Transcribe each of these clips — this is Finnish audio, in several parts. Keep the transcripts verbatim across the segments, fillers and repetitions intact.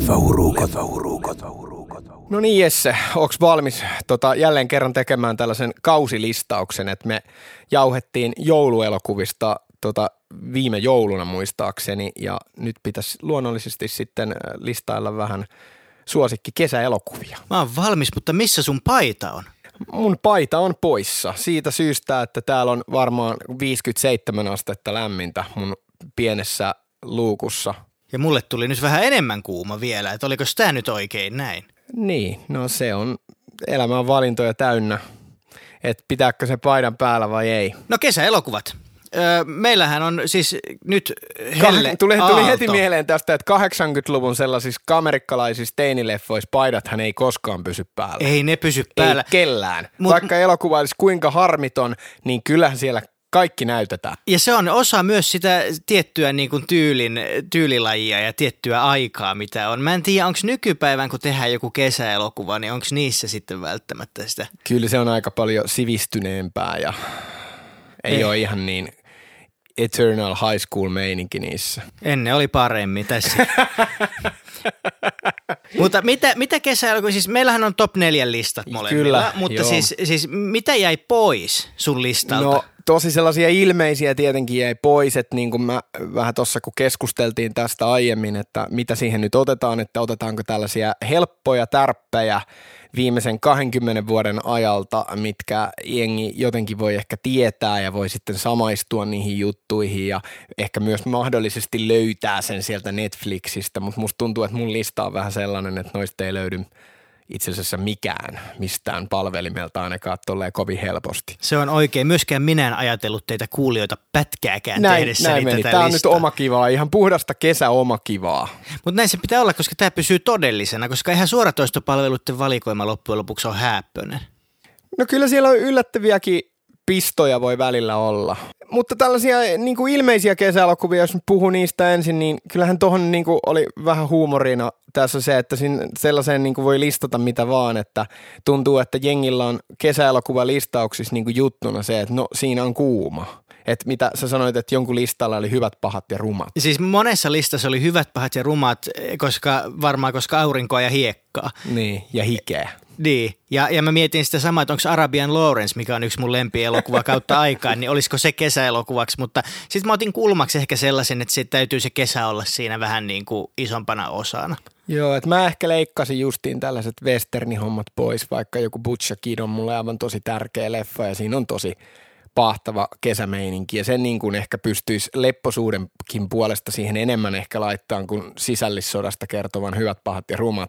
Leffaurukot. No niin Jesse, onks valmis tota, jälleen kerran tekemään tällaisen kausilistauksen, että me jauhettiin jouluelokuvista tota, viime jouluna muistaakseni ja nyt pitäisi luonnollisesti sitten listailla vähän suosikki kesäelokuvia. Mä oon valmis, mutta missä sun paita on? Mun paita on poissa siitä syystä, että täällä on varmaan viisikymmentäseitsemän astetta lämmintä mun pienessä luukussa. Ja mulle tuli nyt vähän enemmän kuuma vielä, että oliko tää nyt oikein näin? Niin, no se on elämän valintoja täynnä, että pitääkö se paidan päällä vai ei. No kesäelokuvat. Öö, meillähän on siis nyt helle Kah- tuli, aalto. tuli heti mieleen tästä, että kahdeksankymmentäluvun sellaisissa amerikkalaisissa teinileffoissa paidathan ei koskaan pysy päällä. Ei ne pysy päällä. Ei kellään. Mut, Vaikka elokuva olisi kuinka harmiton, niin kyllähän siellä kaikki näytetään. Ja se on osa myös sitä tiettyä niin kuin tyylin, tyylilajia ja tiettyä aikaa, mitä on. Mä en tiedä, onko nykypäivän, kun tehdään joku kesäelokuva, niin onko niissä sitten välttämättä sitä? Kyllä se on aika paljon sivistyneempää ja ei, ei. ole ihan niin eternal high school meininki niissä. Ennen oli paremmin tässä. Mutta mitä, mitä kesäelokuvia, siis meillähän on top neljän listat molemmilla, Kyllä, mutta siis, siis mitä jäi pois sun listalta? No tosi sellaisia ilmeisiä tietenkin jäi pois, että niin kuin mä vähän tuossa kun keskusteltiin tästä aiemmin, että mitä siihen nyt otetaan, että otetaanko tällaisia helppoja tärppejä viimeisen kahdenkymmenen vuoden ajalta, mitkä jengi jotenkin voi ehkä tietää ja voi sitten samaistua niihin juttuihin ja ehkä myös mahdollisesti löytää sen sieltä Netflixistä, mutta musta tuntuu, että mun lista on vähän sellainen, että noista ei löydy itse asiassa mikään mistään palvelimelta ainakaan tolleen kovin helposti. Se on oikein. Myöskään minä en ajatellut teitä kuulijoita pätkääkään näin, tehdessäni näin meni. tätä Tämä on listaa. nyt omakivaa, ihan puhdasta kesäomakivaa. Mutta näin se pitää olla, koska tämä pysyy todellisena, koska eihän suoratoistopalveluiden valikoima loppujen lopuksi ole hääppöinen. No kyllä siellä on yllättäviäkin pistoja voi välillä olla. Mutta tällaisia niin kuin ilmeisiä kesäelokuvia, jos puhun niistä ensin, niin kyllähän tuohon niin kuin oli vähän huumorina tässä se, että sellaiseen niin kuin voi listata mitä vaan, että tuntuu, että jengillä on kesäelokuvalistauksissa niin kuin juttuna se, että no siinä on kuuma. Että mitä sä sanoit, että jonkun listalla oli hyvät, pahat ja rumat. Siis monessa listassa oli hyvät, pahat ja rumat, koska varmaan koska aurinkoa ja hiekkaa. Niin, ja hikeä. Niin, ja, ja mä mietin sitä samaa, että onko Arabian Lawrence, mikä on yksi mun lempielokuva kautta aikaan, niin olisiko se kesäelokuvaksi, mutta sitten mä otin kulmaksi ehkä sellaisen, että se täytyy se kesä olla siinä vähän niin kuin isompana osana. Joo, että mä ehkä leikkasin justiin tällaiset westernihommat pois, vaikka joku Butch Kid on mulle aivan tosi tärkeä leffa ja siinä on tosi pahtava kesämeininki ja sen niin kuin ehkä pystyisi lepposuudenkin puolesta siihen enemmän ehkä laittaa kuin sisällissodasta kertovan hyvät, pahat ja rumat.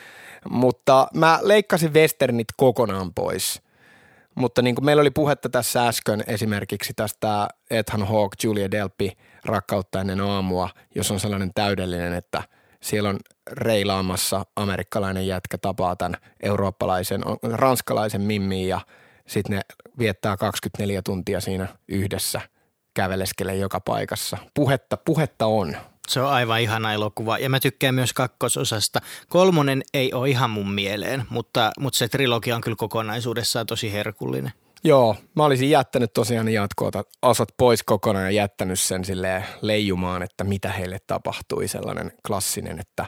Mutta mä leikkasin westernit kokonaan pois, mutta niin kuin meillä oli puhetta tässä äsken esimerkiksi tästä Ethan Hawke, Julia Delpy, Rakkautta ennen aamua, jos on sellainen täydellinen, että siellä on reilaamassa amerikkalainen jätkä tapaa tämän eurooppalaisen, ranskalaisen mimmiin ja sitten ne viettää kaksikymmentäneljä tuntia siinä yhdessä, käveleskelee joka paikassa. Puhetta, puhetta on. Se on aivan ihana elokuva ja mä tykkään myös kakkososasta. Kolmonen ei ole ihan mun mieleen, mutta, mutta se trilogia on kyllä kokonaisuudessaan tosi herkullinen. Joo, mä olisin jättänyt tosiaan jatkoota osat pois kokonaan ja jättänyt sen silleen leijumaan, että mitä heille tapahtui. Sellainen klassinen, että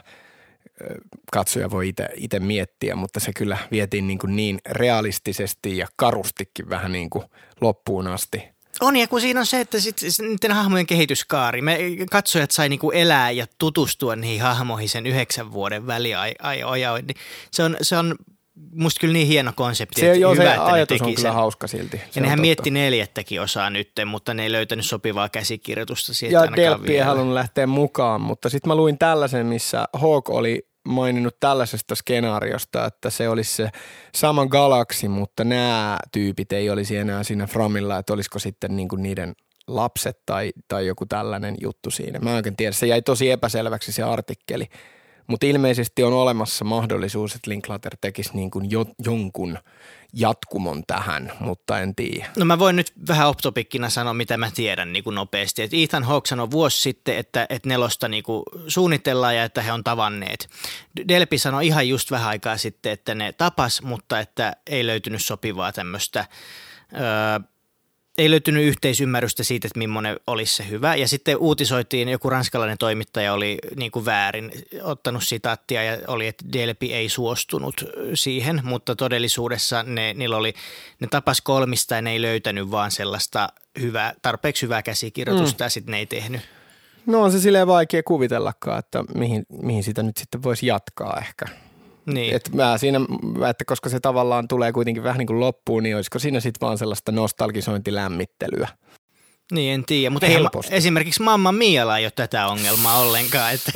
katsoja voi itse miettiä, mutta se kyllä vietiin niin, kuin niin realistisesti ja karustikin vähän niin kuin loppuun asti. On, ja kun siinä on se, että sitten niiden hahmojen kehityskaari, me katsojat sai niinku elää ja tutustua niihin hahmoihin sen yhdeksän vuoden väliajoin, niin se on, se on musta kyllä niin hieno konsepti, se, että joo, hyvä, se että ajatus ne on teki kyllä sen. hauska silti. Se ja nehän totta. mietti neljättäkin osaa nyt, mutta ne ei löytänyt sopivaa käsikirjoitusta siitä ja ainakaan Delpy ei vielä. halunnut lähteä mukaan, mutta sitten mä luin tällaisen, missä Hawke oli maininnut tällaisesta skenaariosta, että se olisi se sama galaksi, mutta nämä tyypit ei olisi enää siinä framilla, että olisiko sitten niinku niiden lapset tai, tai joku tällainen juttu siinä. Mä en oikein tiedä, se jäi tosi epäselväksi se artikkeli, mutta ilmeisesti on olemassa mahdollisuus, että Linklater tekisi niin kuin jo, jonkun jatkumon tähän, mutta en tiedä. No mä voin nyt vähän off-topikkina sanoa, mitä mä tiedän niin kuin nopeasti. Et Ethan Hawke sanoi vuosi sitten, että, että nelosta niin kuin suunnitellaan ja että he on tavanneet. Delpy sanoi ihan just vähän aikaa sitten, että ne tapas, mutta että ei löytynyt sopivaa tämmöistä öö, ei löytynyt yhteisymmärrystä siitä, että millainen olisi se hyvä. Ja sitten uutisoitiin, joku ranskalainen toimittaja oli niin kuin väärin ottanut sitaattia ja oli, että Delphi ei suostunut siihen, mutta todellisuudessa ne, niillä oli, ne tapas kolmista ja ne ei löytänyt vaan sellaista hyvää, tarpeeksi hyvää käsikirjoitusta mm. ja sitten ne ei tehnyt. No on se silleen vaikea kuvitellakaan, että mihin, mihin sitä nyt sitten voisi jatkaa ehkä. Niin. Että mä siinä, että koska se tavallaan tulee kuitenkin vähän niin kuin loppuun, niin olisiko siinä sitten vaan sellaista nostalgisointilämmittelyä? Niin, en tiedä, mutta eihän, esimerkiksi Mamma Mialla ei ole tätä ongelmaa ollenkaan. Että.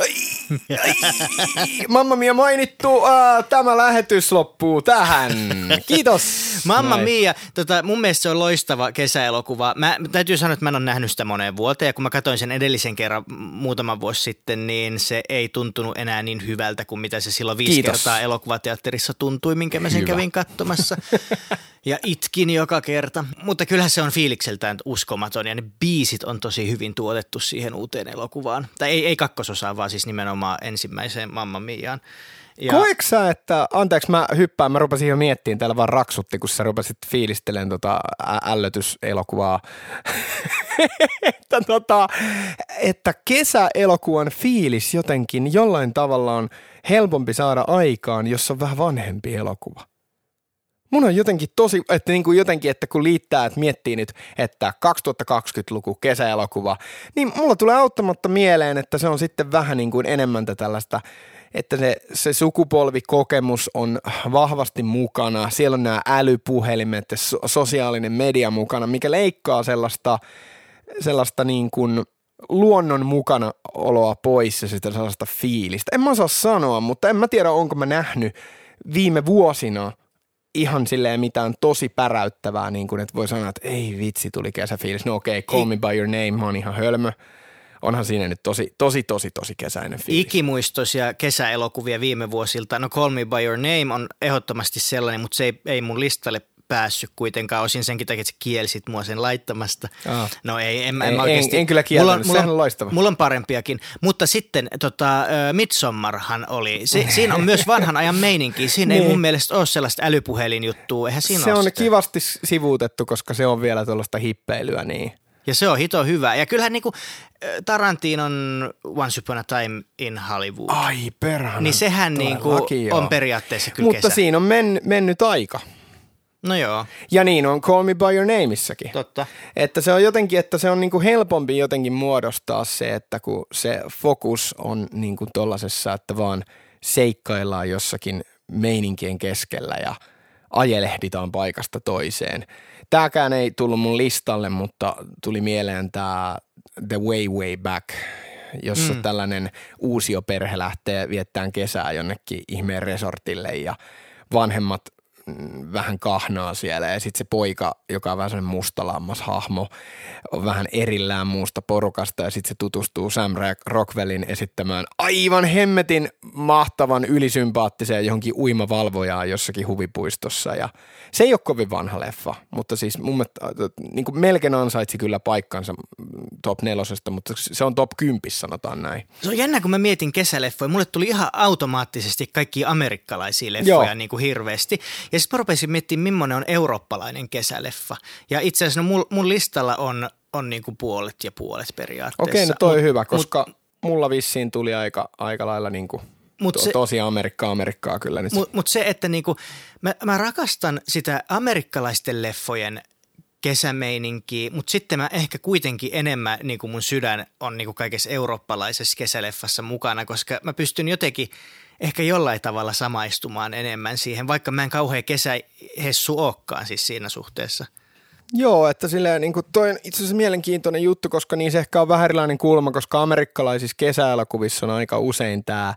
Mamma Mia mainittu, uh, tämä lähetys loppuu tähän. Kiitos. Mamma Näin. Mia, tota, mun mielestä se on loistava kesäelokuva. Mä täytyy sanoa, että mä en ole nähnyt sitä moneen vuoteen ja kun mä katsoin sen edellisen kerran muutama vuosi sitten, niin se ei tuntunut enää niin hyvältä kuin mitä se silloin viisi Kiitos. kertaa elokuvateatterissa tuntui, minkä mä sen Hyvä. kävin katsomassa. Ja itkin joka kerta, mutta kyllähän se on fiilikseltään uskomaton ja ne biisit on tosi hyvin tuotettu siihen uuteen elokuvaan. Tai ei, ei kakkososaan, vaan siis nimenomaan ensimmäiseen Mamma Miaan. Ja... Koetko sä, että, anteeksi mä hyppään, mä rupesin jo miettimään, täällä vaan raksutti, kun sä rupesit fiilistelemaan tota ällötyselokuvaa, että, tota, että kesäelokuvan fiilis jotenkin jollain tavalla on helpompi saada aikaan, jos on vähän vanhempi elokuva. Mun on jotenkin tosi, että niin kuin jotenkin, että kun liittää, että miettii nyt, että kaksituhattakaksikymmentäluku kesäelokuva, niin mulla tulee auttamatta mieleen, että se on sitten vähän niin kuin enemmän tällaista, että se, se sukupolvikokemus on vahvasti mukana. Siellä on nämä älypuhelimet ja so, sosiaalinen media mukana, mikä leikkaa sellaista, sellaista niin kuin luonnon mukana oloa pois ja sitä sellaista fiilistä. En mä osaa sanoa, mutta en mä tiedä, onko mä nähnyt viime vuosina ihan silleen mitään tosi päräyttävää, niin kuin että voi sanoa, että ei vitsi, tuli kesäfiilis. No okei, okay, Call Me By Your Name on ihan hölmö. Onhan siinä nyt tosi, tosi, tosi, tosi kesäinen fiilis. Ikimuistoisia kesäelokuvia viime vuosilta. No Call Me By Your Name on ehdottomasti sellainen, mutta se ei, ei mun listalle päässyt kuitenkaan. Osin senkin takia, että sä kielsit mua sen laittamasta. Oh. No ei, en, en, en oikeasti. En, en kyllä kieltänyt, mulla on, sehän on loistava. Mulla on parempiakin. Mutta sitten tota, Midsommarhan oli. Se, siinä on myös vanhan ajan meininki. Siinä niin. ei mun mielestä ole sellaista älypuhelinjuttua. Eihän siinä se on sitä. Kivasti sivuutettu, koska se on vielä tuollaista hippeilyä. Niin. Ja se on hito hyvä. Ja kyllähän niinku Tarantinon Once Upon a Time in Hollywood. Ai perhana. Niin sehän niinku on periaatteessa kyllä Mutta kesä. siinä on men, mennyt aika. No joo. Ja niin on Call Me By Your Nameissäkin. Totta. Että se on jotenkin, että se on niinku helpompi jotenkin muodostaa se, että kun se fokus on niinku tollasessa, että vaan seikkaillaan jossakin meininkien keskellä ja ajelehditaan paikasta toiseen. Tääkään ei tullut mun listalle, mutta tuli mieleen tää The Way Way Back, jossa mm. tällainen uusioperhe lähtee viettämään kesää jonnekin ihmeen resortille ja vanhemmat vähän kahnaa siellä ja sitten se poika, joka on vähän sellainen mustalammas hahmo, on vähän erillään muusta porukasta ja sitten se tutustuu Sam Rockwellin esittämään aivan hemmetin mahtavan ylisympaattiseen johonkin uimavalvojaan jossakin huvipuistossa ja se ei ole kovin vanha leffa, mutta siis mun mielestä niin kuin melkein ansaitsi kyllä paikkansa top nelosesta, mutta se on top kymppissä sanotaan näin. Se on jännä, kun mä mietin kesäleffoja, mulle tuli ihan automaattisesti kaikki amerikkalaisia leffoja Joo. niin kuin hirveästi ja sitten mä rupesin miettimään, millainen on eurooppalainen kesäleffa. Ja itse asiassa no mun, mun listalla on, on niin kuin puolet ja puolet periaatteessa. Okei, no toi mut, hyvä, koska mut, mulla vissiin tuli aika, aika lailla niin kuin to, se, tosi Amerikkaa, Amerikkaa kyllä. Mutta mut se, että niin kuin, mä, mä rakastan sitä amerikkalaisten leffojen kesämeininkiä, mutta sitten mä ehkä kuitenkin enemmän niin kuin mun sydän on niin kuin kaikessa eurooppalaisessa kesäleffassa mukana, koska mä pystyn jotenkin ehkä jollain tavalla samaistumaan enemmän siihen, vaikka mä en kauhean kesähessu olekaan siis siinä suhteessa. Joo, että silleen niin kuin toi on itse asiassa mielenkiintoinen juttu, koska niin se ehkä on vähän erilainen kulma, koska amerikkalaisissa kesäelokuvissa on aika usein tämä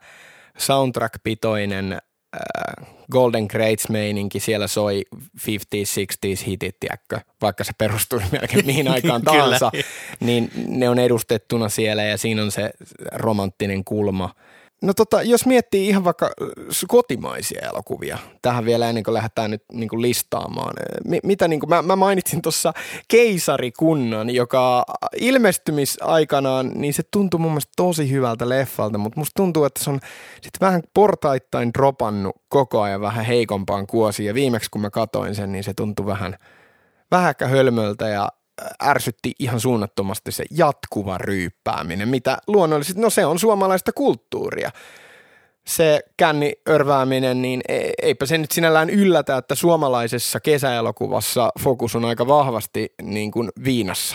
soundtrack-pitoinen äh, Golden Greats-meininki, siellä soi viisikymmentä kuusikymmentä hitit, tiedätkö, vaikka se perustuu melkein mihin aikaan tahansa, niin ne on edustettuna siellä ja siinä on se romanttinen kulma. No tota, jos miettii ihan vaikka kotimaisia elokuvia, tähän vielä ennen kuin lähdetään nyt niin kuin listaamaan. Mitä niin kuin, mä, mä mainitsin tuossa Keisarikunnan, joka ilmestymisaikanaan, niin se tuntui mun mielestä tosi hyvältä leffalta, mutta musta tuntuu, että se on sitten vähän portaittain dropannut koko ajan vähän heikompaan kuosiin. Ja viimeksi kun mä katoin sen, niin se tuntui vähän, vähän hölmöltä ja ärsytti ihan suunnattomasti se jatkuva ryyppääminen, mitä luonnollisesti, no se on suomalaista kulttuuria. Se känni-örvääminen, niin eipä se nyt sinällään yllätä, että suomalaisessa kesäelokuvassa fokus on aika vahvasti niin kuin viinassa.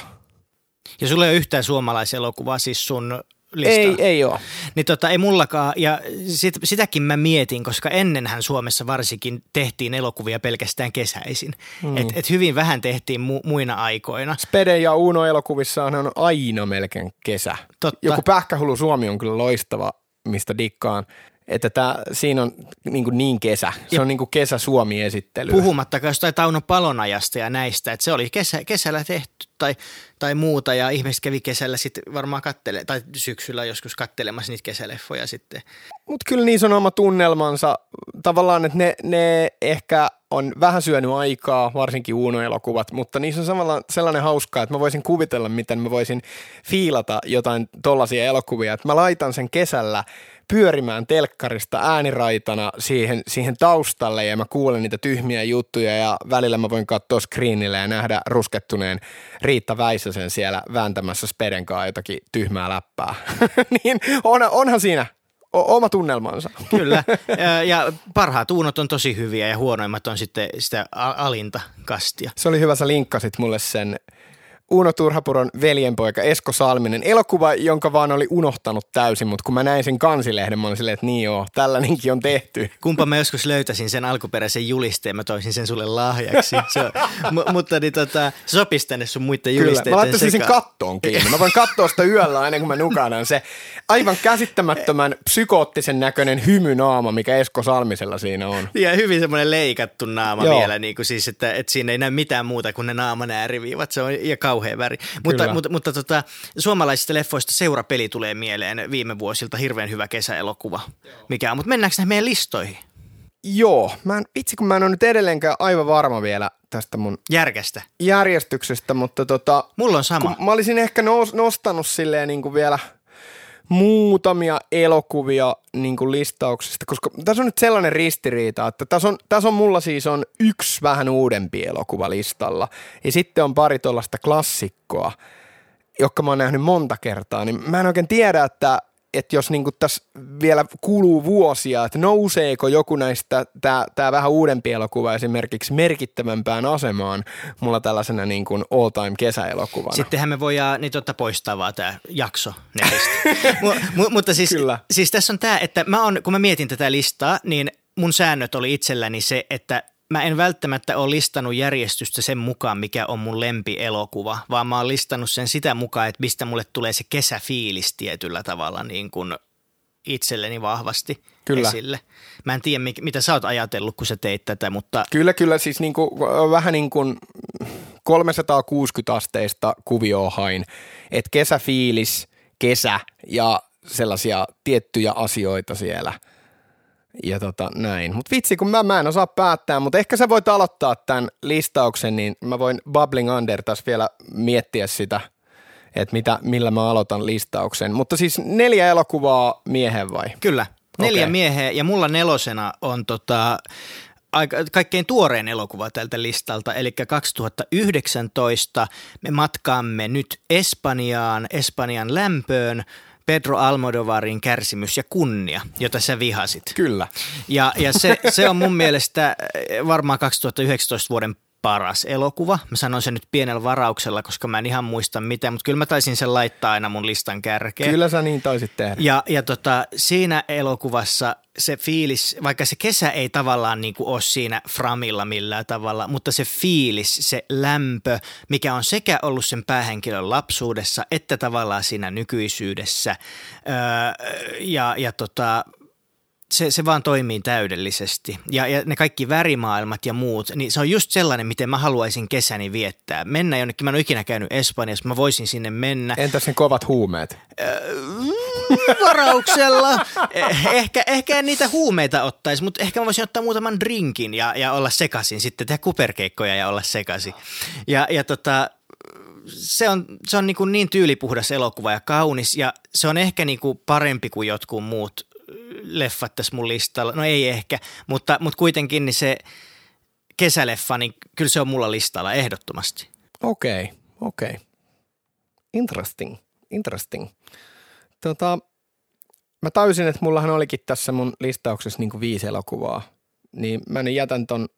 Ja sulla ei ole yhtään suomalaiselokuvaa siis sun listalla? Ei, ei ole. Niin tota, ei mullakaan, ja sit, sitäkin mä mietin, koska ennenhän Suomessa varsinkin tehtiin elokuvia pelkästään kesäisin. Mm. Et, et hyvin vähän tehtiin mu, muina aikoina. Spede ja Uno elokuvissa on aina melkein kesä. Totta. Joku Pähkähullu Suomi on kyllä loistava, mistä dikkaan. Että tää, siinä on niin, kuin niin kesä. Se ja on niin kuin kesä-Suomi-esittely. Puhumattakaan jostain Tauno Palonajasta ja näistä, että se oli kesä, kesällä tehty tai, tai muuta ja ihmiset kävi kesällä sitten varmaan kattele tai syksyllä joskus kattelemassa niitä kesäleffoja sitten. Mutta kyllä niissä on oma tunnelmansa. Tavallaan, että ne, ne ehkä on vähän syönyt aikaa, varsinkin Uno-elokuvat, mutta niissä on samalla sellainen hauskaa, että mä voisin kuvitella, miten mä voisin fiilata jotain tollaisia elokuvia, että mä laitan sen kesällä pyörimään telkkarista ääniraitana siihen, siihen taustalle ja mä kuulen niitä tyhmiä juttuja ja välillä mä voin katsoa screenille ja nähdä ruskettuneen Riitta Väisäsen siellä vääntämässä Speden kanssa jotakin tyhmää läppää. Niin on, onhan siinä o- oma tunnelmansa. Kyllä, ja parhaat uunot on tosi hyviä ja huonoimmat on sitten sitä alinta kastia. Se oli hyvä, sä linkkasit mulle sen Uno Turhapuron veljenpoika Esko Salminen, elokuva, jonka vaan oli unohtanut täysin, mutta kun mä näin sen kansilehden, mä olin silleen, että niin joo, tällainenkin on tehty. Kumpa mä joskus löytäisin sen alkuperäisen julisteen, mä toisin sen sulle lahjaksi. Se on, m- mutta niin tota, se sopisi tänne sun muiden julisteiden Kyllä, mä laittaisin sen kattoon kiinni. Mä voin katsoa sitä yöllä aina, kun mä nukahdaan. Se aivan käsittämättömän psykoottisen näköinen hymynaama, mikä Esko Salmisella siinä on. Ja hyvin semmoinen leikattu naama Joo. vielä, niin kuin siis, että, että siinä ei näy mitään muuta kuin ne naaman ääriviivat. Se on ja kauhean väri. Mutta, mutta, mutta tota, suomalaisista leffoista Seurapeli tulee mieleen viime vuosilta. Hirveän hyvä kesäelokuva. Mikä on. Mutta mennäänkö näihin meidän listoihin? Joo. Mä en, itse kun mä en ole nyt edelleenkään aivan varma vielä tästä mun Järkästä. järjestyksestä, mutta tota, mulla on sama. Mä olisin ehkä nos, nostanut silleen niin kuin vielä muutamia elokuvia niin kuin listauksesta, koska tässä on nyt sellainen ristiriita, että tässä on, tässä on mulla siis on yksi vähän uudempi elokuva listalla ja sitten on pari tuollaista klassikkoa, jotka mä oon nähnyt monta kertaa, niin mä en oikein tiedä, että, että jos niin kuin tässä vielä kuluu vuosia, että nouseeko joku näistä, tämä, tämä vähän uudempi elokuva esimerkiksi merkittävämpään asemaan mulla tällaisena niin kuin all time kesäelokuvana. Sittenhän me voidaan niin totta poistaa vaan tämä jakso netistä. mu, mu, mutta siis, siis tässä on tämä, että mä on, kun mä mietin tätä listaa, niin mun säännöt oli itselläni se, että mä en välttämättä ole listannut järjestystä sen mukaan, mikä on mun lempielokuva, vaan mä oon listannut sen sitä mukaan, että mistä mulle tulee se kesäfiilis tietyllä tavalla niin kuin itselleni vahvasti kyllä esille. Mä en tiedä, mitä sä oot ajatellut, kun sä teit tätä, mutta Kyllä, kyllä, siis niin kuin, vähän niin kuin kolmesataakuusikymmentä asteista kuvioon hain, että kesäfiilis, kesä ja sellaisia tiettyjä asioita siellä. Ja tota näin. Mutta vitsi, kun mä, mä en osaa päättää, mutta ehkä sä voit aloittaa tämän listauksen, niin mä voin Bubbling Under taas vielä miettiä sitä, että mitä, millä mä aloitan listauksen. Mutta siis neljä elokuvaa miehen vai? Kyllä, neljä okay. Miehen ja mulla nelosena on tota, aika, kaikkein tuorein elokuva tältä listalta, eli kaksituhattayhdeksäntoista me matkaamme nyt Espanjaan, Espanjan lämpöön, Pedro Almodovarin Kärsimys ja kunnia, jota sä vihasit. Kyllä. Ja, ja se, se on mun mielestä varmaan kaksituhattayhdeksäntoista vuoden paras elokuva. Mä sanon sen nyt pienellä varauksella, koska mä en ihan muista mitä, mutta kyllä mä taisin sen laittaa aina mun listan kärkeen. Kyllä sä niin taisit tehdä. Ja, ja tota, siinä elokuvassa se fiilis, vaikka se kesä ei tavallaan niin kuin ole siinä framilla millään tavalla, mutta se fiilis, se lämpö, mikä on sekä ollut sen päähenkilön lapsuudessa että tavallaan siinä nykyisyydessä öö, ja, ja tota, se, se vaan toimii täydellisesti. Ja, ja ne kaikki värimaailmat ja muut, niin se on just sellainen, miten mä haluaisin kesäni viettää. Mennä jonnekin, mä en ole ikinä käynyt Espanjassa, mä voisin sinne mennä. Entäs ne kovat huumeet? Varauksella. Ehkä, ehkä en niitä huumeita ottaisi, mutta ehkä mä voisin ottaa muutaman drinkin ja, ja olla sekaisin sitten, tehdä kuperkeikkoja ja olla sekaisin. Ja, ja tota, se on, se on niin, kuin niin tyylipuhdas elokuva ja kaunis ja se on ehkä niin kuin parempi kuin jotkut muut leffat tässä mun listalla. No ei ehkä, mutta, mutta kuitenkin niin se kesäleffa, niin kyllä se on mulla listalla ehdottomasti. Okei. Okei. Okay. Interesting. Interesting. Tota, mä tajusin, että mullahan olikin tässä mun listauksessa niin kuin viisi elokuvaa. Niin mä nyt jätän ton,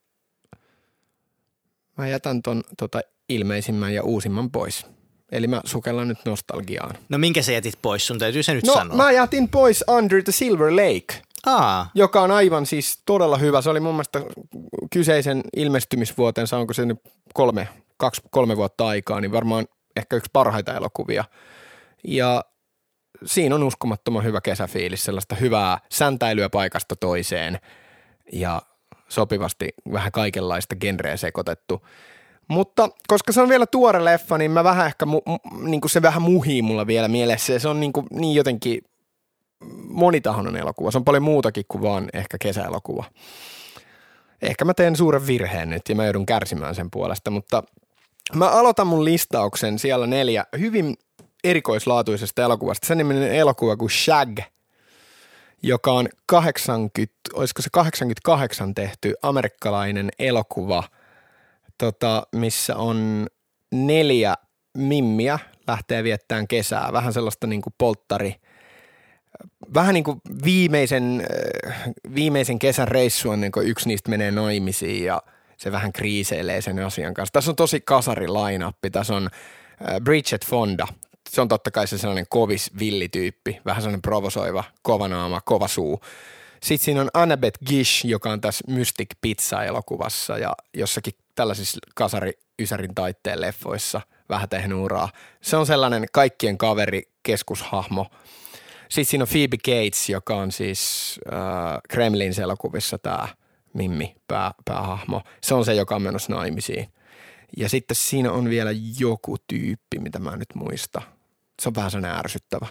mä jätän ton tota, ilmeisimmän ja uusimman pois. Eli mä sukellan nyt nostalgiaan. No minkä sä jätit pois? Sun täytyy se nyt no, sanoa. No mä jätin pois Under the Silver Lake. Aa. Joka on aivan siis todella hyvä. Se oli mun mielestä kyseisen ilmestymisvuotensa, onko se nyt kolme, kaksi, kolme vuotta aikaa, niin varmaan ehkä yksi parhaita elokuvia. Ja siinä on uskomattoman hyvä kesäfiilis, sellaista hyvää säntäilyä paikasta toiseen ja sopivasti vähän kaikenlaista genreä sekoitettu. Mutta koska se on vielä tuore leffa, niin mä vähän ehkä, mu- niin kuin se vähän muhii mulla vielä mielessä ja se on niin, kuin, niin jotenkin monitahoinen elokuva. Se on paljon muutakin kuin vaan ehkä kesäelokuva. Ehkä mä teen suuren virheen nyt ja mä joudun kärsimään sen puolesta, mutta mä aloitan mun listauksen siellä neljä hyvin erikoislaatuisesta elokuvasta. Sen niminen elokuva kuin Shag, joka on kahdeksankymmentä, olisiko se kahdeksankymmentäkahdeksan tehty amerikkalainen elokuva, tota, missä on neljä mimmiä lähtee viettämään kesää. Vähän sellaista niin kuin polttari, vähän niin kuin viimeisen, viimeisen kesän reissu on, niin kuin yksi niistä menee naimisiin ja se vähän kriiseilee sen asian kanssa. Tässä on tosi kasari line-appi. Tässä on Bridget Fonda. Se on totta kai se sellainen kovis villityyppi, vähän sellainen provosoiva, kova naama, kova suu. Sitten siinä on Annabeth Gish, joka on tässä Mystic Pizza-elokuvassa ja jossakin tällaisissa kasari-ysärin taitteen leffoissa vähän tehnyt uraa. Se on sellainen kaikkien kaveri, keskushahmo. Sitten siinä on Phoebe Cates, joka on siis äh, Kremlins elokuvissa tämä Mimmi, pää, päähahmo. Se on se, joka on menossa naimisiin. Ja sitten siinä on vielä joku tyyppi, mitä mä nyt muista. Se on vähän sellainen ärsyttävä.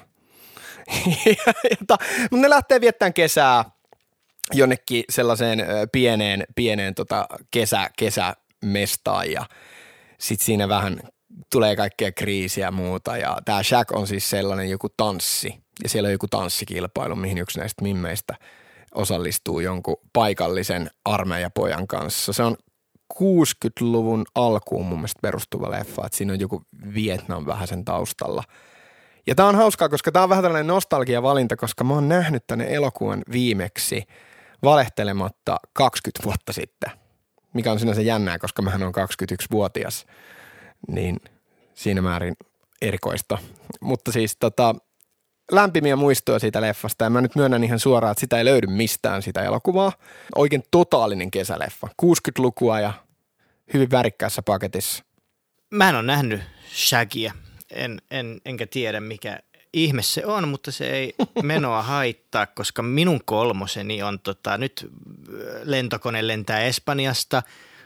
Mutta ne lähtee viettämään kesää jonnekin sellaiseen pieneen, pieneen tota kesä, kesämestaan ja sitten siinä vähän tulee kaikkea kriisiä ja muuta. Ja tämä Shack on siis sellainen joku tanssi ja siellä on joku tanssikilpailu, mihin yksi näistä mimmeistä osallistuu jonkun paikallisen armeijapojan kanssa. Se on kuusikymmentäluvun alkuun mun mielestä perustuva leffa, että siinä on joku Vietnam vähän sen taustalla. Ja tää on hauskaa, koska tää on vähän tällainen nostalgiavalinta, koska mä oon nähnyt tänne elokuvan viimeksi valehtelematta kaksikymmentä vuotta sitten, mikä on sinänsä jännää, koska mähän on kaksikymmentäyksivuotias, niin siinä määrin erikoista. Mutta siis tota, lämpimiä muistoja siitä leffasta ja mä nyt myönnän ihan suoraan, että sitä ei löydy mistään sitä elokuvaa. Oikein totaalinen kesäleffa. kuusikymmentälukua ja hyvin värikkäässä paketissa. Mä en ole nähnyt Shagia. En, en, enkä tiedä mikä ihme se on, mutta se ei menoa haittaa, koska minun kolmoseni on tota, nyt lentokone lentää Espanjasta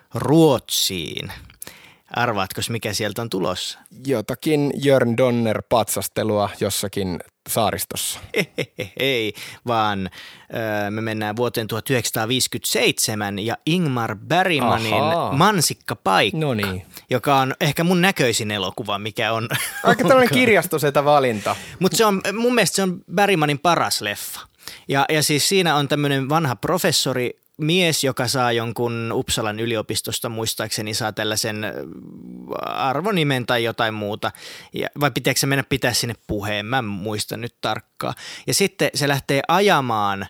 Ruotsiin. Arvaatko, mikä sieltä on tulossa? Jotakin Jörn Donner patsastelua jossakin saaristossa. Ei, vaan öö, me mennään vuoteen tuhatyhdeksänsataaviisikymmentäseitsemän ja Ingmar Bergmanin Ahaa. Mansikkapaikka, Noniin. joka on ehkä mun näköisin elokuva, mikä on. Aika tällainen kirjastosetä valinta. Mutta se on, mun mielestä se on Bergmanin paras leffa. Ja, ja siis siinä on tämmöinen vanha professori, mies, joka saa jonkun Uppsalan yliopistosta, muistaakseni saa tällaisen arvonimen tai jotain muuta, ja, vai pitääkö se mennä pitää sinne puheen, mä en muista nyt tarkkaan. Ja sitten se lähtee ajamaan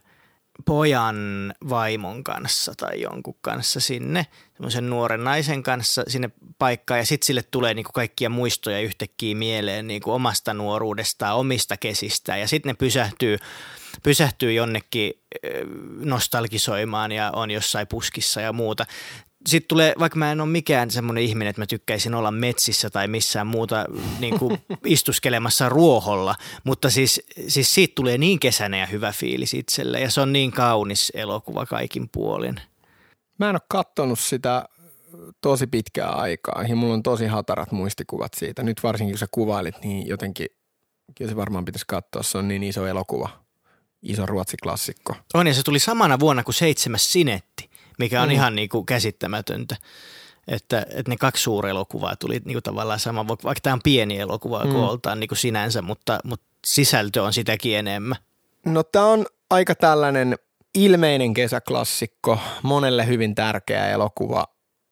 pojan vaimon kanssa tai jonkun kanssa sinne, semmoisen nuoren naisen kanssa sinne paikkaan, ja sitten sille tulee niinku kaikkia muistoja yhtäkkiä mieleen niinku omasta nuoruudestaan, omista kesistään, ja sitten ne pysähtyy pysähtyy jonnekin nostalgisoimaan ja on jossain puskissa ja muuta. Sitten tulee, vaikka mä en ole mikään semmoinen ihminen, että mä tykkäisin olla metsissä tai missään muuta niin kuin istuskelemassa ruoholla, mutta siis, siis siitä tulee niin kesäinen ja hyvä fiilis itselle ja se on niin kaunis elokuva kaikin puolin. Mä en ole katsonut sitä tosi pitkää aikaa ja mulla on tosi hatarat muistikuvat siitä. Nyt varsinkin kun sä kuvailit, niin jotenkin, kyllä se varmaan pitäisi katsoa, se on niin iso elokuva. Iso ruotsiklassikko. On ja se tuli samana vuonna kuin Seitsemäs sinetti, mikä on mm. ihan niinku käsittämätöntä, että, että ne kaksi suurelokuvaa tuli niinku tavallaan sama, vaikka tämä on pieni elokuva mm. kooltaan niinku sinänsä, mutta, mutta sisältö on sitäkin enemmän. No tämä on aika tällainen ilmeinen kesäklassikko, monelle hyvin tärkeä elokuva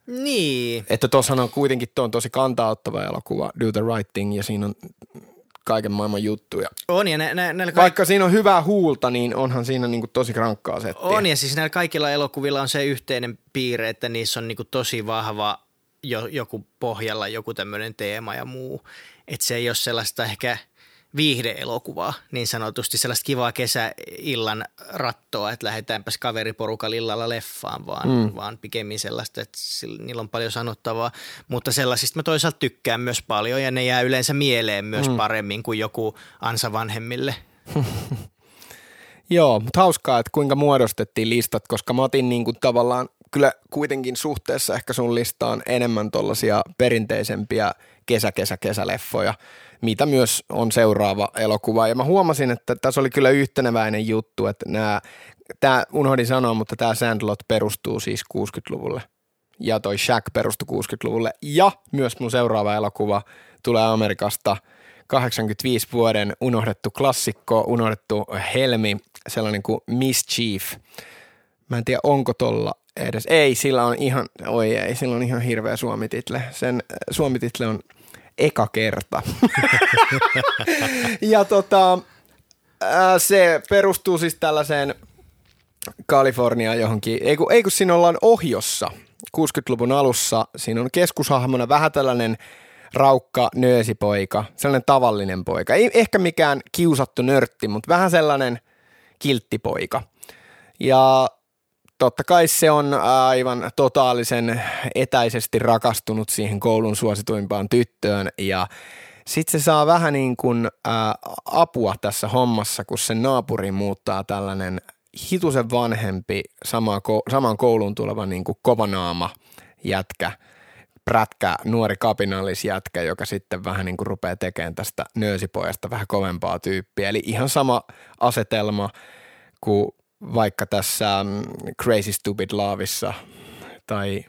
Niin. Että tuossahan on kuitenkin tuo on tosi kantauttava elokuva, Do the Right Thing, ja siinä on kaiken maailman juttuja. On, ja nä, nä, näillä Vaikka kaik- siinä on hyvää huulta, niin onhan siinä niinku tosi rankkaa settiä. On, ja siis näillä kaikilla elokuvilla on se yhteinen piirre, että niissä on niinku tosi vahva jo, joku pohjalla, joku tämmöinen teema ja muu. Että se ei ole sellaista ehkä viihde-elokuvaa, niin sanotusti sellaista kivaa kesäillan rattoa, että lähdetäänpäs kaveriporukalla illalla leffaan, vaan, mm. vaan pikemmin sellaista, että sillä, niillä on paljon sanottavaa, mutta sellaisista mä toisaalta tykkään myös paljon ja ne jää yleensä mieleen myös mm. paremmin kuin joku ansa vanhemmille. Joo, mutta hauskaa, että kuinka muodostettiin listat, koska mä otin niin kuin tavallaan kyllä kuitenkin suhteessa ehkä sun listaan enemmän tollaisia perinteisempiä kesä-kesä-kesäleffoja, mitä myös on seuraava elokuva. Ja mä huomasin, että tässä oli kyllä yhteneväinen juttu, että nämä, tämä unohdin sanoa, mutta tämä Sandlot perustuu siis kuusikymmentäluvulle ja toi Shack perustui kuusikymmentäluvulle ja myös mun seuraava elokuva tulee Amerikasta kahdeksankymmentäviisi vuoden unohdettu klassikko, unohdettu helmi, sellainen kuin Mischief. Mä en tiedä, onko tolla edes. Ei, sillä on ihan, oi ei, sillä on ihan hirveä suomititle. Sen suomititle on Eka kerta. Ja tota, se perustuu siis tällaiseen Kaliforniaan johonkin, ei kun, ei kun siinä ollaan Ohiossa kuusikymmentäluvun alussa. Siinä on keskushahmona vähän tällainen raukka nöösipoika, sellainen tavallinen poika. Ei ehkä mikään kiusattu nörtti, mutta vähän sellainen kilttipoika. Ja totta kai se on aivan totaalisen etäisesti rakastunut siihen koulun suosituimpaan tyttöön ja sitten se saa vähän niin kuin ää, apua tässä hommassa, kun sen naapuri muuttaa tällainen hitusen vanhempi sama, samaan kouluun tuleva niin kuin kovanaama jätkä, prätkä, nuori kapinallisjätkä, joka sitten vähän niin kuin rupeaa tekemään tästä nöösipojasta vähän kovempaa tyyppiä. Eli ihan sama asetelma kuin vaikka tässä Crazy Stupid Loveissa tai,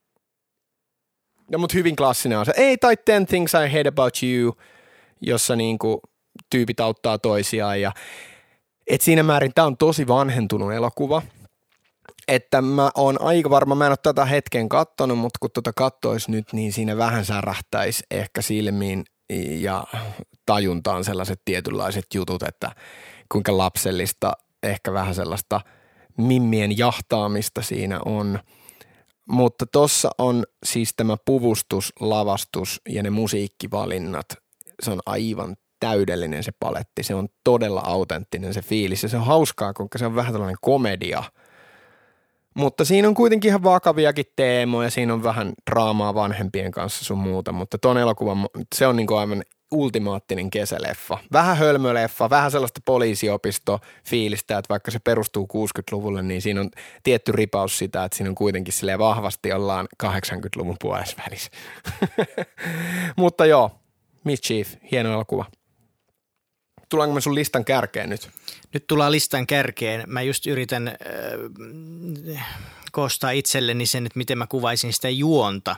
no mut hyvin klassinen on se, ei tai Ten Things I Hate About You, jossa niinku tyypit auttaa toisiaan ja et siinä määrin tää on tosi vanhentunut elokuva, että mä oon aika varma, mä en ole tätä hetken kattonut, mutta kun tota kattois nyt, niin siinä vähän särähtäisi ehkä silmiin ja tajuntaan sellaiset tietynlaiset jutut, että kuinka lapsellista ehkä vähän sellaista mimmien jahtaamista siinä on, mutta tossa on siis tämä puvustus, lavastus ja ne musiikkivalinnat, se on aivan täydellinen se paletti, se on todella autenttinen se fiilis ja se on hauskaa, koska se on vähän tällainen komedia, mutta siinä on kuitenkin ihan vakaviakin teemoja, siinä on vähän draamaa vanhempien kanssa sun muuta, mutta ton elokuvan, se on niinku aivan ultimaattinen kesäleffa. Vähän hölmöleffa, vähän sellaista poliisiopisto-fiilistä, että vaikka se perustuu kuusikymmentäluvulle, niin siinä on tietty ripaus sitä, että siinä on kuitenkin silleen vahvasti ollaan kahdeksankymmentäluvun puolessa välissä. Mutta joo, Mischief, hieno elokuva. Tullaanko me sun listan kärkeen nyt? Nyt tullaan listan kärkeen. Mä just yritän äh, koostaa itselleni sen, että miten mä kuvaisin sitä juonta.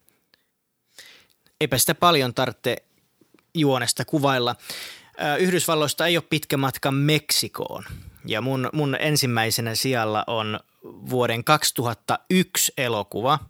Eipä sitä paljon tarvitse juonesta kuvailla. Yhdysvalloista ei ole pitkä matka Meksikoon ja mun, mun ensimmäisenä sijalla on vuoden kaksituhattayksi elokuva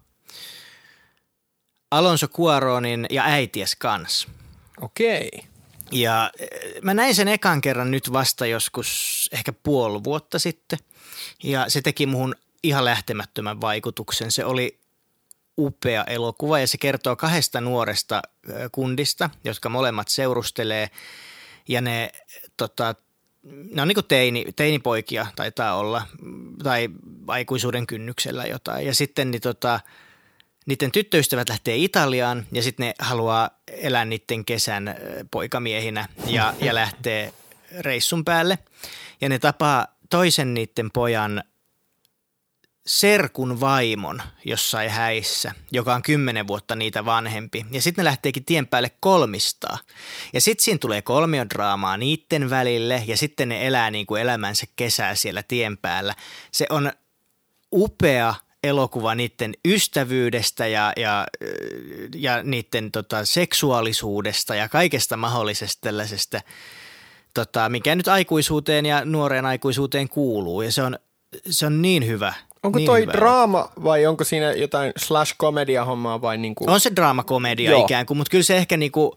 Alonso Cuaronin ja äities kans. Okei. Ja mä näin sen ekan kerran nyt vasta joskus ehkä puoli vuotta sitten ja se teki muhun ihan lähtemättömän vaikutuksen. Se oli upea elokuva ja se kertoo kahdesta nuoresta kundista, jotka molemmat seurustelee ja ne, tota, ne on niin kuin teini, teinipoikia taitaa olla tai aikuisuuden kynnyksellä jotain ja sitten niin tota, niiden tyttöystävät lähtee Italiaan ja sitten ne haluaa elää niiden kesän poikamiehinä ja, ja lähtee reissun päälle ja ne tapaa toisen niiden pojan serkun vaimon jossain häissä, joka on kymmenen vuotta niitä vanhempi. Ja sitten ne lähteekin tien päälle kolmistaa. Ja sitten siinä tulee kolmiodraamaa niiden välille ja sitten ne elää niin kuin elämänsä kesää siellä tien päällä. Se on upea elokuva niiden ystävyydestä ja, ja, ja niiden tota, seksuaalisuudesta ja kaikesta mahdollisesta tällaisesta, tota, mikä nyt aikuisuuteen ja nuoreen aikuisuuteen kuuluu. Ja se on Se on niin hyvä Onko niin toi hyvä draama vai onko siinä jotain slash-komedia-hommaa vai niinku? On se draamakomedia Joo. ikään kuin, mutta kyllä se ehkä niinku,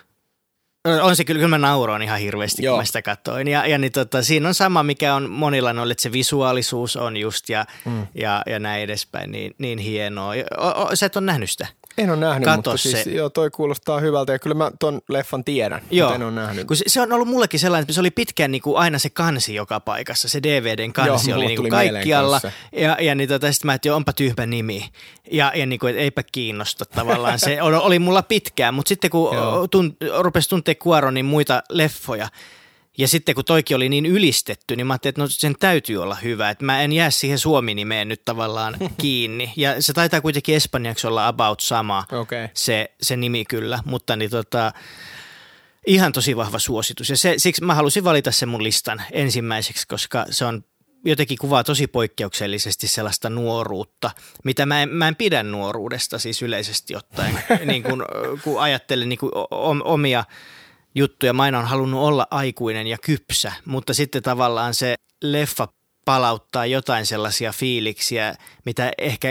on se kyllä, kyllä mä nauroin ihan hirveästi, Joo. kun mä sitä katsoin. Ja, ja niin tota, siinä on sama, mikä on monilla noilla, että se visuaalisuus on just ja, mm. ja, ja näin edespäin niin, niin hienoa. O, o, sä et ole nähnyt sitä? En ole nähnyt, Kato mutta se. siis joo, toi kuulostaa hyvältä ja kyllä mä ton leffan tiedän, joo. mutta en ole nähnyt. Kun se, se on ollut mullekin sellainen, että se oli pitkään niin kuin aina se kansi joka paikassa, se D V D:n kansi joo, oli niin kuin kaikkialla ja, ja niin tota, sitten mä että joo, onpa tyhmä nimi ja, ja niin kuin, että eipä kiinnosta tavallaan, se oli mulla pitkään, mutta sitten kun tunt, rupesi tuntea Cuaronin muita leffoja, ja sitten kun toikin oli niin ylistetty, niin mä ajattelin, että no sen täytyy olla hyvä, että mä en jää siihen Suomi-nimeen nyt tavallaan kiinni. Ja se taitaa kuitenkin espanjaksi olla about sama okay. se, se nimi kyllä, mutta niin tota, ihan tosi vahva suositus. Ja se, siksi mä halusin valita sen mun listan ensimmäiseksi, koska se on jotenkin kuvaa tosi poikkeuksellisesti sellaista nuoruutta, mitä mä en, mä en pidä nuoruudesta siis yleisesti ottaen, niin kun, kun ajattelen niin kun omia juttuja. Mä aina on halunnut olla aikuinen ja kypsä, mutta sitten tavallaan se leffa palauttaa jotain sellaisia fiiliksiä, mitä ehkä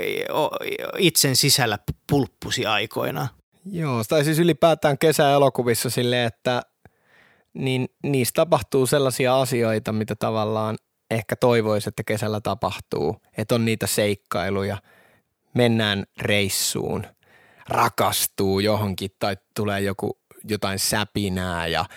itsen sisällä pulppusi aikoinaan. Joo, tai siis ylipäätään kesäelokuvissa silleen, että niin niissä tapahtuu sellaisia asioita, mitä tavallaan ehkä toivoisi, että kesällä tapahtuu. Että on niitä seikkailuja, mennään reissuun, rakastuu johonkin tai tulee joku jotain säpinää ja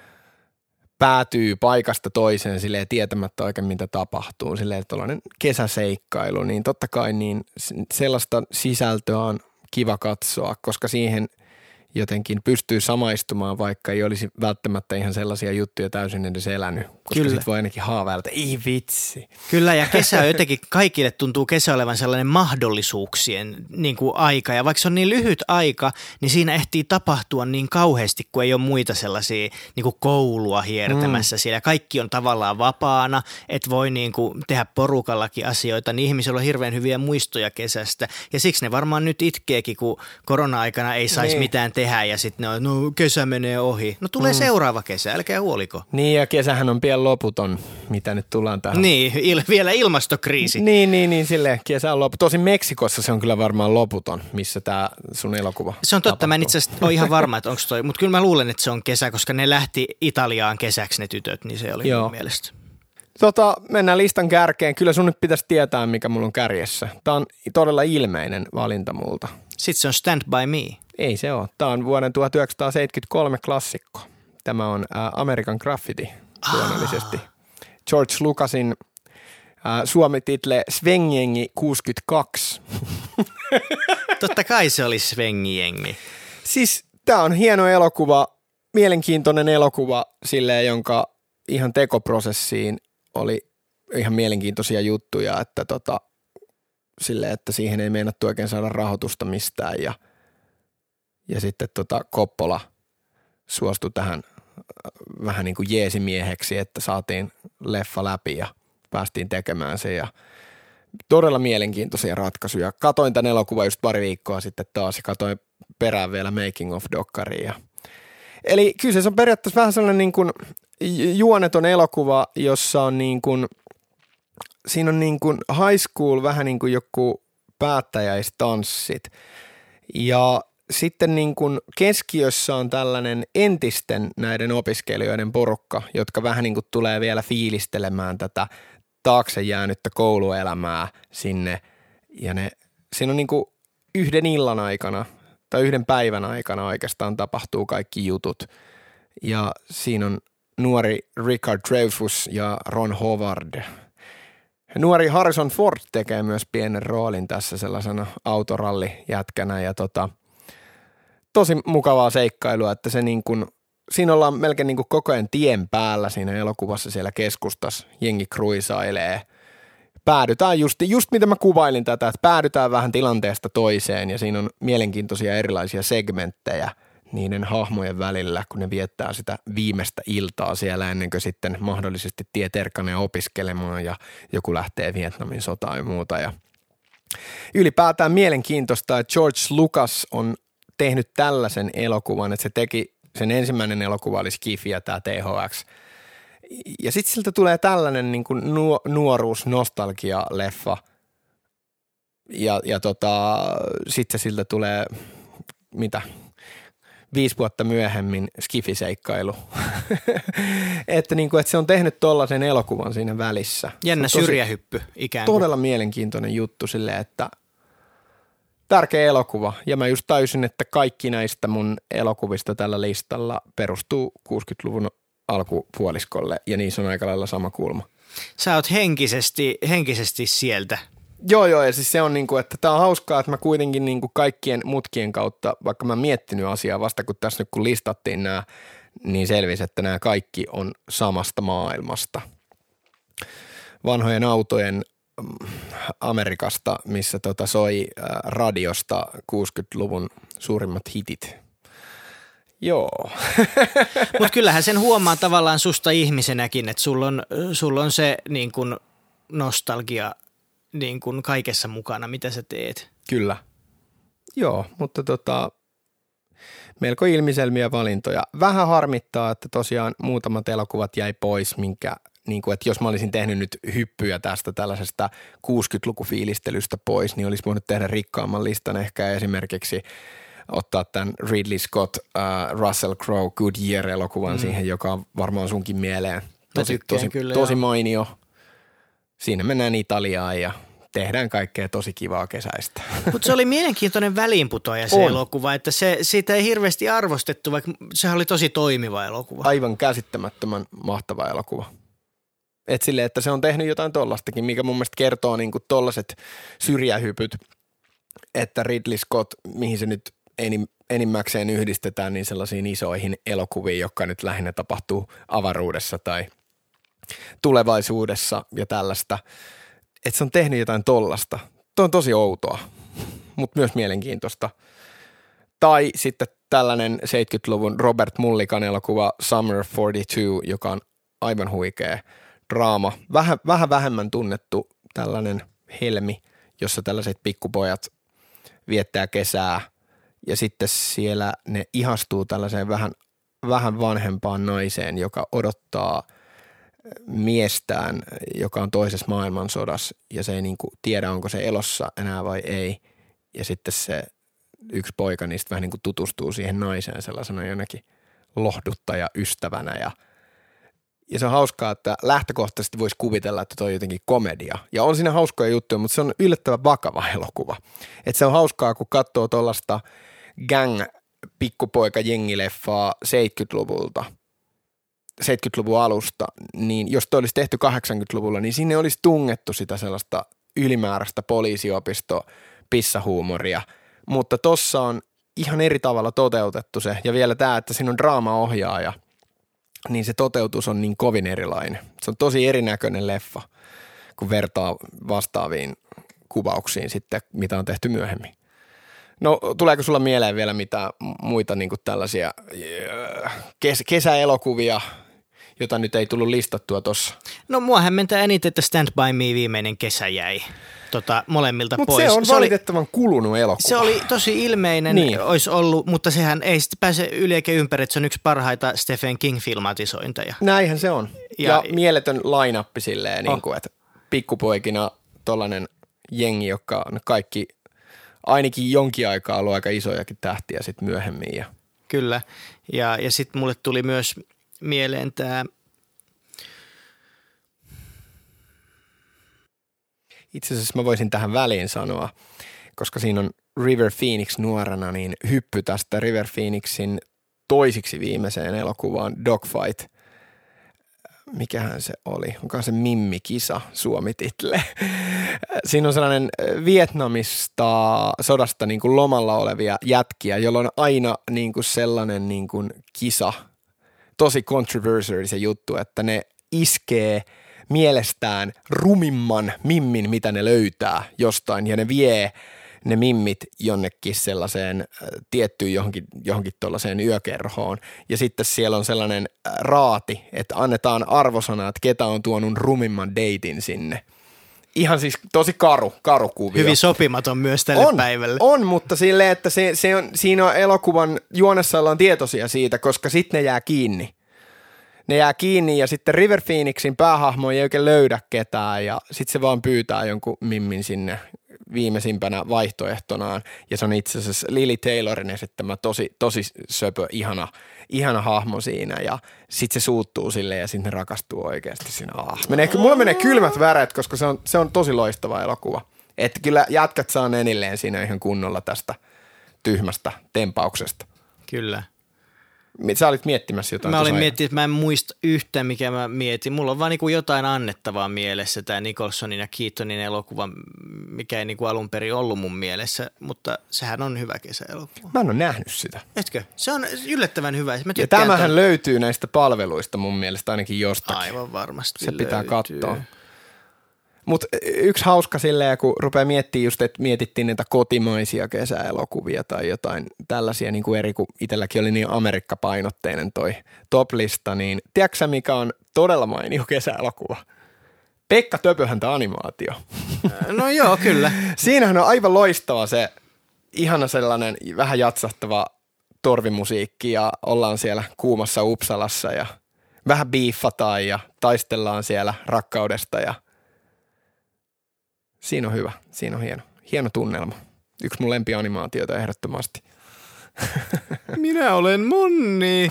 päätyy paikasta toiseen silleen tietämättä oikein mitä tapahtuu. Silleen, että tällainen kesäseikkailu, niin totta kai niin sellaista sisältöä on kiva katsoa, koska siihen jotenkin pystyy samaistumaan, vaikka ei olisi välttämättä ihan sellaisia juttuja täysin edes elänyt, koska sitten voi ainakin haavailla, että ei vitsi. Kyllä, ja kesä jotenkin kaikille tuntuu kesä olevan sellainen mahdollisuuksien niin kuin aika, ja vaikka se on niin lyhyt aika, niin siinä ehtii tapahtua niin kauheasti, kun ei ole muita sellaisia niin kuin koulua hiertämässä mm. siellä. Kaikki on tavallaan vapaana, että voi niin kuin tehdä porukallakin asioita, niin ihmisillä on hirveän hyviä muistoja kesästä, ja siksi ne varmaan nyt itkeekin, kun korona-aikana ei saisi niin. mitään tehdä. Ja sitten ne on, no kesä menee ohi. No tulee mm. seuraava kesä, älkää huoliko. Niin ja kesähän on pian loputon, mitä nyt tullaan tähän. Niin, il, vielä ilmastokriisi. Niin, niin, niin silleen kesä on loputon. Tosin Meksikossa se on kyllä varmaan loputon, missä tämä sun elokuva Se on totta, tapahtuu. Mä en itse asiassa ole ihan varma, että onko toi, mutta kyllä mä luulen, että se on kesä, koska ne lähti Italiaan kesäksi ne tytöt, niin se oli Joo. mun mielestä. Tota, mennään listan kärkeen. Kyllä sun nyt pitäisi tietää, mikä mulla on kärjessä. Tämä on todella ilmeinen valinta multa. Sitten se on Stand By Me. Ei se ole. Tämä on vuoden tuhatyhdeksänsataaseitsemänkymmentäkolme klassikko. Tämä on äh, American Graffiti luonnollisesti. George Lucasin äh, suomititle Svengjengi kuusikymmentäkaksi. Totta kai se oli Svengjengi. Siis tämä on hieno elokuva, mielenkiintoinen elokuva silleen, jonka ihan tekoprosessiin oli ihan mielenkiintoisia juttuja, että tota, silleen, että siihen ei meinattu oikein saada rahoitusta mistään ja Ja sitten tota Coppola suostui tähän vähän niin kuin jeesimieheksi, että saatiin leffa läpi ja päästiin tekemään se. Ja todella mielenkiintoisia ratkaisuja. Katoin tämän elokuvan just pari viikkoa sitten taas ja katoin perään vielä Making of-dokkaria. Eli kyllä se on periaatteessa vähän sellainen niin kuin juoneton elokuva, jossa on niin kuin, siinä on niin kuin high school vähän niin kuin joku päättäjäistanssit ja sitten niin kuin keskiössä on tällainen entisten näiden opiskelijoiden porukka, jotka vähän niin kuin tulee vielä fiilistelemään tätä taakse jäänyttä kouluelämää sinne. Ja ne, siinä on niin kuin yhden illan aikana tai yhden päivän aikana oikeastaan tapahtuu kaikki jutut. Ja siinä on nuori Richard Dreyfuss ja Ron Howard. Nuori Harrison Ford tekee myös pienen roolin tässä sellaisena autorallijätkänä ja tota tosi mukavaa seikkailua, että se niin kuin, siinä ollaan melkein niin kuin koko ajan tien päällä siinä elokuvassa siellä keskustassa, jengi kruisailee. Päädytään just, just mitä mä kuvailin tätä, että päädytään vähän tilanteesta toiseen ja siinä on mielenkiintoisia erilaisia segmenttejä niiden hahmojen välillä, kun ne viettää sitä viimeistä iltaa siellä ennen kuin sitten mahdollisesti tie terkkanee opiskelemaan ja joku lähtee Vietnamin sotaan ja muuta. Ja ylipäätään mielenkiintoista, että George Lucas on tehnyt tällaisen elokuvan, että se teki, sen ensimmäinen elokuva oli Skifi ja tämä T H X. Ja sitten siltä tulee tällainen niin kuin nuoruus-nostalgia-leffa ja, ja tota, sitten siltä tulee, mitä, viisi vuotta myöhemmin skifiseikkailu. että, niin kuin, että se on tehnyt tollaisen elokuvan siinä välissä. Jännä syrjähyppy ikään kuin. Todella mielenkiintoinen juttu silleen, että tärkeä elokuva. Ja mä just täysin, että kaikki näistä mun elokuvista tällä listalla perustuu kuusikymmentäluvun alkupuoliskolle ja niissä on aika lailla sama kulma. Sä oot henkisesti, henkisesti sieltä. Joo, joo, ja siis se on niin kuin, että tää on hauskaa, että mä kuitenkin niin kuin kaikkien mutkien kautta, vaikka mä oon miettinyt asiaa vasta kun tässä nyt kun listattiin nämä, niin selvisi, että nämä kaikki on samasta maailmasta. Vanhojen autojen Amerikasta, missä tota soi radiosta kuusikymmentäluvun suurimmat hitit. Joo. Mutta kyllähän sen huomaa tavallaan susta ihmisenäkin, että sulla on, sulla on se niin kuin nostalgia niin kuin kaikessa mukana, mitä sä teet. Kyllä. Joo, mutta tota, melko ilmiselmiä valintoja. Vähän harmittaa, että tosiaan muutamat elokuvat jäi pois, minkä, niin kuin, että jos mä olisin tehnyt nyt hyppyjä tästä tällaisesta kuusikymmentälukufiilistelystä pois, niin olisi voinut tehdä rikkaamman listan ehkä esimerkiksi ottaa tämän Ridley Scott, uh, Russell Crowe, Good Year-elokuvan mm. siihen, joka on varmaan sunkin mieleen tosi, tosi, kyllä, tosi mainio. Siinä mennään Italiaan ja tehdään kaikkea tosi kivaa kesäistä. Mutta se oli mielenkiintoinen väliinputoaja se on. elokuva, että se, siitä ei hirveästi arvostettu, vaikka sehän oli tosi toimiva elokuva. Aivan käsittämättömän mahtava elokuva. Et silleen, että se on tehnyt jotain tollastakin, mikä mun mielestä kertoo niinku tollaset syrjähypyt, että Ridley Scott, mihin se nyt enim, enimmäkseen yhdistetään, niin sellaisiin isoihin elokuviin, jotka nyt lähinnä tapahtuu avaruudessa tai tulevaisuudessa ja tällaista. Että se on tehnyt jotain tollasta. Tuo on tosi outoa, mutta myös mielenkiintoista. Tai sitten tällainen seitsemänkymmentäluvun Robert Mulligan elokuva Summer neljäkymmentäkaksi, joka on aivan huikea draama. Vähän, vähän vähemmän tunnettu tällainen helmi, jossa tällaiset pikkupojat viettää kesää ja sitten siellä ne ihastuu tällaiseen vähän, vähän vanhempaan naiseen, joka odottaa miestään, joka on toisessa maailmansodassa ja se ei niin kuin tiedä, onko se elossa enää vai ei. Ja sitten se yksi poika niistä vähän niin kuin tutustuu siihen naiseen sellaisena jonnekin lohduttajaystävänä ja Ja se on hauskaa, että lähtökohtaisesti voisi kuvitella, että toi on jotenkin komedia. Ja on siinä hauskoja juttuja, mutta se on yllättävän vakava elokuva. Että se on hauskaa, kun katsoo tuollaista gang-pikkupoika-jengileffaa seitsemänkymmentäluvulta, seitsemänkymmentäluvun alusta, niin jos toi olisi tehty kahdeksankymmentäluvulla, niin sinne olisi tungettu sitä sellaista ylimääräistä poliisiopisto-pissahuumoria. Mutta tossa on ihan eri tavalla toteutettu se. Ja vielä tämä, että siinä on draama-ohjaaja, niin se toteutus on niin kovin erilainen. Se on tosi erinäköinen leffa, kun vertaa vastaaviin kuvauksiin sitten, mitä on tehty myöhemmin. No tuleeko sulla mieleen vielä mitä muita niin kuin tällaisia kes- kesäelokuvia, jota nyt ei tullut listattua tuossa? No mua hämmentää eniten, että Stand By Me viimeinen kesä jäi tota, molemmilta Mut pois. Mutta se on se valitettavan oli, kulunut elokuva. Se oli tosi ilmeinen, niin. Olisi ollut, mutta sehän ei sitten pääse yli eikä ympäri, että se on yksi parhaita Stephen King-filmatisointeja. Näinhän se on. Ja, ja mieletön line-up silleen, oh. niin kuin, että pikkupoikina tollainen jengi, joka on kaikki ainakin jonkin aikaa ollut aika isojakin tähtiä sitten myöhemmin. Ja. Kyllä, ja, ja sitten mulle tuli myös mieleen tämä. Itse asiassa mä voisin tähän väliin sanoa, koska siinä on River Phoenix nuorena, niin hyppy tästä River Phoenixin toisiksi viimeiseen elokuvaan Dogfight. Mikähän se oli? Onkaan se Mimmi-kisa Suomi-title? Siinä on sellainen Vietnamista sodasta niin kuin lomalla olevia jätkiä, jolla on aina niin kuin sellainen niin kuin kisa. Tosi controversial se juttu, että ne iskee mielestään rumimman mimmin, mitä ne löytää jostain, ja ne vie ne mimmit jonnekin sellaiseen tiettyyn johonkin, johonkin tuollaiseen yökerhoon. Ja sitten siellä on sellainen raati, että annetaan arvosana, että ketä on tuonut rumimman deitin sinne. Ihan siis tosi karu, karu kuvio. Hyvin sopimaton myös tälle on, päivälle. On, mutta silleen, että se, se on, siinä on elokuvan juonessa ollaan tietoisia siitä, koska sitten ne jää kiinni. Ne jää kiinni ja sitten River Phoenixin päähahmo ei oikein löydä ketään ja sitten se vaan pyytää jonkun mimmin sinne viimeisimpänä vaihtoehtonaan. Ja se on itse asiassa Lily Taylorin esittämä tosi, tosi söpö, ihana, ihana hahmo siinä. Ja sitten se suuttuu silleen ja sitten ne rakastuu oikeasti siinä. Ah. Menee, mulla menee kylmät väreet, koska se on, se on tosi loistava elokuva. Että kyllä jätkät saa enilleen siinä ihan kunnolla tästä tyhmästä tempauksesta. Kyllä. Sä olit miettimässä jotain. Mä olin miettinyt, että mä en muista yhtään, mikä mä mietin. Mulla on vaan niinku jotain annettavaa mielessä, tämä Nicholsonin ja Keatonin elokuva, mikä ei niinku alun perin ollut mun mielessä, mutta sehän on hyvä kesäelokuva. Mä en ole nähnyt sitä. Etkö? Se on yllättävän hyvä. Mä ja tämähän tämän... löytyy näistä palveluista mun mielestä ainakin jostakin. Aivan varmasti se pitää löytyy. katsoa. Mutta yksi hauska silleen, kun rupeaa miettimään just, että mietittiin niitä kotimaisia kesäelokuvia tai jotain tällaisia niin kuin eri, kun itselläkin oli niin Amerikka-painotteinen toi top-lista, niin tiedätkö sä, mikä on todella mainio kesäelokuva? Pekka Töpöhäntä animaatio. No joo, kyllä. Siinähän on aivan loistava se ihana sellainen vähän jatsahtava torvimusiikki ja ollaan siellä kuumassa Uppsalassa ja vähän biiffataan ja taistellaan siellä rakkaudesta ja siinä on hyvä. Siinä on hieno. Hieno tunnelma. Yksi mun lempianimaatioita ehdottomasti. Minä olen Monni.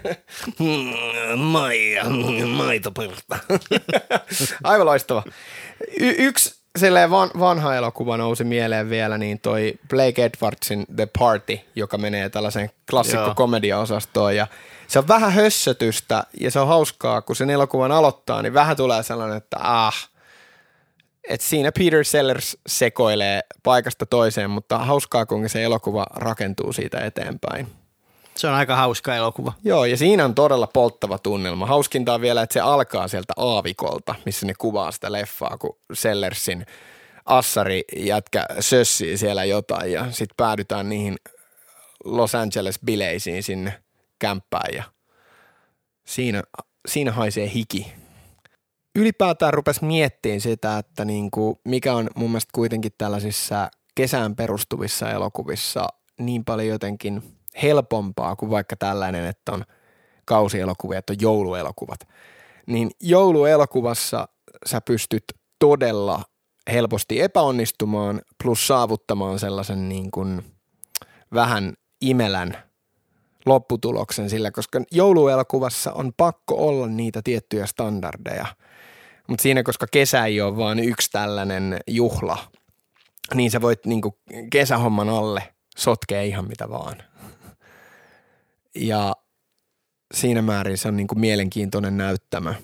Maija, maitopirta. Aivan loistava. Y- yksi sellainen van- vanha elokuva nousi mieleen vielä, niin toi Blake Edwardsin The Party, joka menee tällaiseen klassikko-komedia-osastoon. Ja se on vähän hössötystä ja se on hauskaa, kun sen elokuvan aloittaa, niin vähän tulee sellainen, että ah, että siinä Peter Sellers sekoilee paikasta toiseen, mutta hauskaa, kun se elokuva rakentuu siitä eteenpäin. Se on aika hauska elokuva. Joo, ja siinä on todella polttava tunnelma. Hauskinta on vielä, että se alkaa sieltä aavikolta, missä ne kuvaa sitä leffaa, kun Sellersin assari jätkä sössii siellä jotain, ja sitten päädytään niihin Los Angeles-bileisiin sinne kämppään, ja siinä, siinä haisee hiki. Ylipäätään rupesi miettimään sitä, että niinku, mikä on mun mielestä kuitenkin tällaisissa kesään perustuvissa elokuvissa niin paljon jotenkin helpompaa kuin vaikka tällainen, että on kausielokuvia, että on jouluelokuvat. Niin jouluelokuvassa sä pystyt todella helposti epäonnistumaan plus saavuttamaan sellaisen niin kuin vähän imelän lopputuloksen sillä, koska jouluelokuvassa on pakko olla niitä tiettyjä standardeja. Mutta siinä, koska kesä ei ole vaan yksi tällainen juhla, niin sä voit niinku kesähomman alle sotkea ihan mitä vaan. Ja siinä määrin se on niinku mielenkiintoinen näyttämö.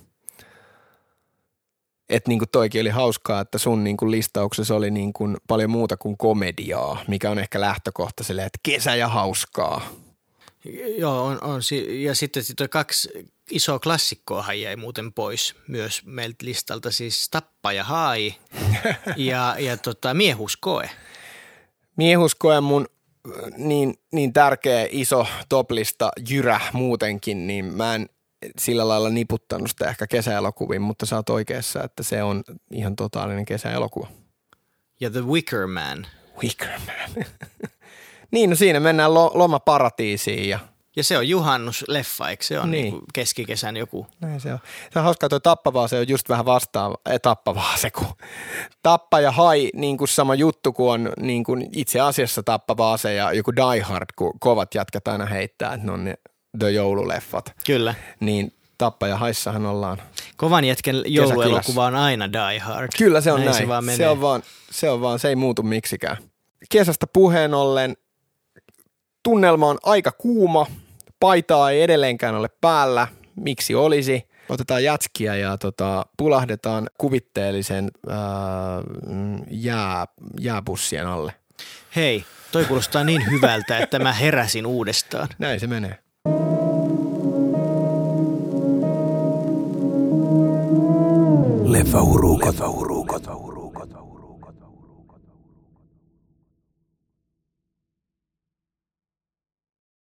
Että niinku toikin oli hauskaa, että sun niinku listauksessa oli niinku paljon muuta kuin komediaa, mikä on ehkä lähtökohta silleen, että kesä ja hauskaa. Joo, on, on. Ja sitten toi kaksi isoa klassikkoahan jäi muuten pois myös meiltä listalta, siis Tappaja Hai ja, ja tota, Miehuskoe. Miehuskoe mun niin, niin tärkeä iso toplista jyrä muutenkin, niin mä en sillä lailla niputtanut sitä ehkä kesäelokuviin, mutta sä oot oikeassa, että se on ihan totaalinen kesäelokuva. Ja The Wicker Man. Wicker Man. Niin, no siinä mennään lo- lomaparatiisiin ja Ja se on juhannusleffa, eikö se on niin. Niin keskikesän joku? Näin se on. Se on hauskaa, tuo Tappavaa se on just vähän vastaava, ei Tappavaa se kun Tappa ja Hai, niin kuin sama juttu kuin on niin kuin itse asiassa Tappavaa se ja joku Die Hard, kun kovat jätkät aina heittää, että ne on ne the joululeffat. Kyllä. Niin Tappa ja Haissahan ollaan. Kovan jätken jouluelokuva on aina Die Hard. Kyllä se on näin. näin. Se, vaan se on vaan, se on vaan, se ei muutu miksikään. Kesästä puheen ollen tunnelma on aika kuuma. Paitaa ei edelleenkään ole päällä. Miksi olisi? Otetaan jätskiä ja tota, pulahdetaan kuvitteellisen ää, jää, jääbussien alle. Hei, toi kuulostaa niin hyvältä, että mä heräsin uudestaan. Näin se menee. Leffa Uruko.